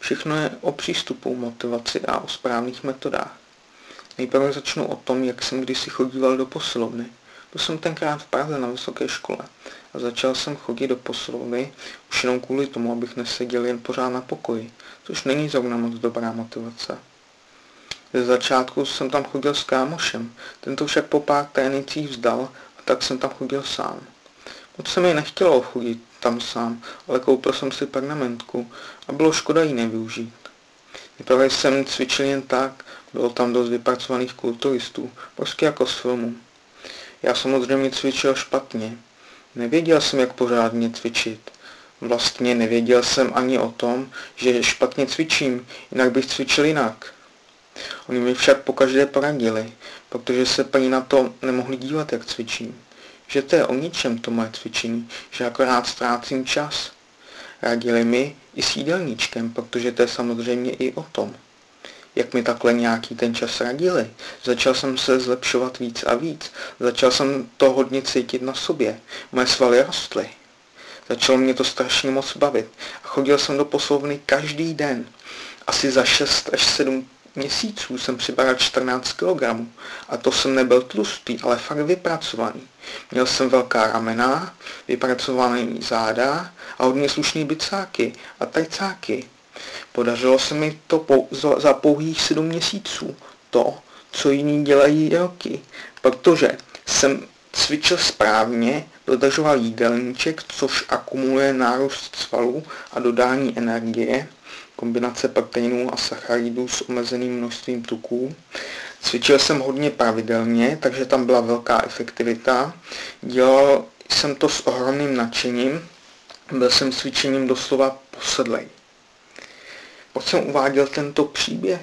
Všechno je o přístupu, motivaci a o správných metodách. Nejprve začnu o tom, jak jsem kdysi chodíval do posilovny. Byl jsem tenkrát v Praze na vysoké škole a začal jsem chodit do posilovny už jenom kvůli tomu, abych neseděl jen pořád na pokoji, což není zrovna moc dobrá motivace. Ze začátku jsem tam chodil s kámošem, tento však po pár trénincích vzdal a tak jsem tam chodil sám. Moc se mi nechtělo chodit tam sám, ale koupil jsem si pernamentku a bylo škoda ji nevyužít. Nejprve jsem cvičil jen tak, bylo tam dost vypracovaných kulturistů, prostě jako z filmu. Já samozřejmě cvičil špatně. Nevěděl jsem, jak pořádně cvičit. Vlastně nevěděl jsem ani o tom, že špatně cvičím, jinak bych cvičil jinak. Oni mi však pokaždé poradili, protože se paní na to nemohli dívat, jak cvičím. Že to je o ničem to moje cvičení, že akorát ztrácím čas. Radili mi i s jídelníčkem, protože to je samozřejmě i o tom. Jak mi takhle nějaký ten čas radili, začal jsem se zlepšovat víc a víc, začal jsem to hodně cítit na sobě, moje svaly rostly. Začalo mě to strašně moc bavit a chodil jsem do posilovny každý den. Asi za 6 až 7 měsíců jsem přibaral 14 kg a to jsem nebyl tlustý, ale fakt vypracovaný. Měl jsem velká ramena, vypracovaný záda a hodně slušný bicáky a tajcáky. Podařilo se mi to za pouhých 7 měsíců, to, co jiní dělají roky, protože jsem cvičil správně, dodržoval jídelníček, což akumuluje nárůst svalů a dodání energie, kombinace proteinů a sacharidů s omezeným množstvím tuků. Cvičil jsem hodně pravidelně, takže tam byla velká efektivita. Dělal jsem to s ohromným nadšením, byl jsem cvičením doslova posedlej. Proč jsem uváděl tento příběh?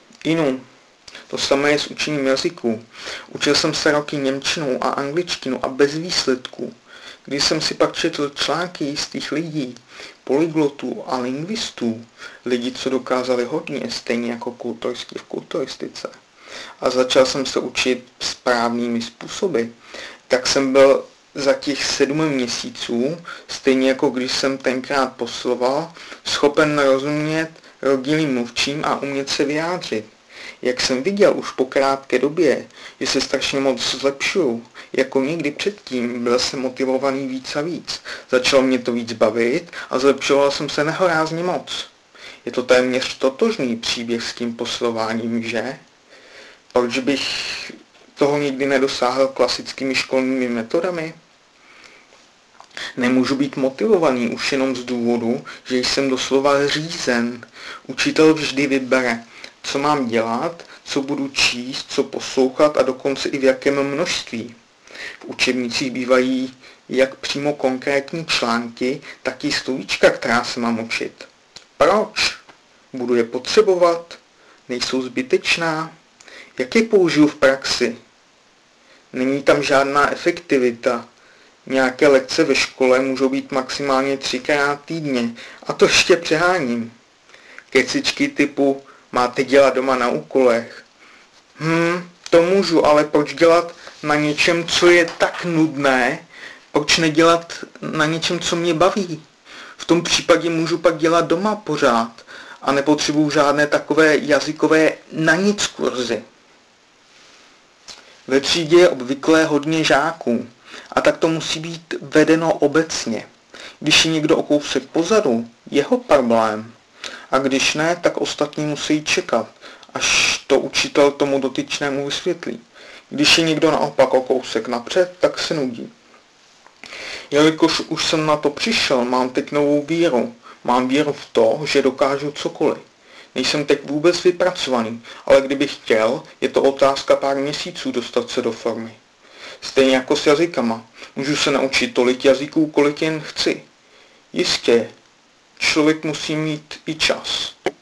To samé je s učením jazyků. Učil jsem se roky němčinu a angličtinu a bez výsledků. Když jsem si pak četl články jistých lidí, polyglotů a lingvistů, lidí, co dokázali hodně, stejně jako kulturisti v kulturistice, a začal jsem se učit správnými způsoby, tak jsem byl za těch 7 měsíců, stejně jako když jsem tenkrát posiloval, schopen rozumět rodilým mluvčím a umět se vyjádřit. Jak jsem viděl už po krátké době, že se strašně moc zlepšuju, jako nikdy předtím, byl jsem motivovaný víc a víc. Začalo mě to víc bavit a zlepšoval jsem se nehorázně moc. Je to téměř totožný příběh s tím posilováním, že? Proč bych toho nikdy nedosáhl klasickými školními metodami? Nemůžu být motivovaný už jenom z důvodu, že jsem doslova řízen. Učitel vždy vybere, co mám dělat, co budu číst, co poslouchat a dokonce i v jakém množství. V učebnicích bývají jak přímo konkrétní články, tak i slovíčka, která se mám učit. Proč? Budu je potřebovat? Nejsou zbytečná? Jak je použiju v praxi? Není tam žádná efektivita. Nějaké lekce ve škole můžou být maximálně 3krát týdně, a to ještě přeháním. Kecičky typu máte dělat doma na úkolech. To můžu, ale proč dělat na něčem, co je tak nudné? Proč nedělat na něčem, co mě baví? V tom případě můžu pak dělat doma pořád a nepotřebuju žádné takové jazykové na nic kurzy. Ve třídě je obvykle hodně žáků a tak to musí být vedeno obecně. Když je někdo o kousek pozadu, jeho problém. A když ne, tak ostatní musí čekat, až to učitel tomu dotyčnému vysvětlí. Když je někdo naopak o kousek napřed, tak se nudí. Jelikož už jsem na to přišel, mám teď novou víru. Mám víru v to, že dokážu cokoliv. Nejsem teď vůbec vypracovaný, ale kdybych chtěl, je to otázka pár měsíců dostat se do formy. Stejně jako s jazykama. Můžu se naučit tolik jazyků, kolik jen chci. Jistě, člověk musí mít i čas.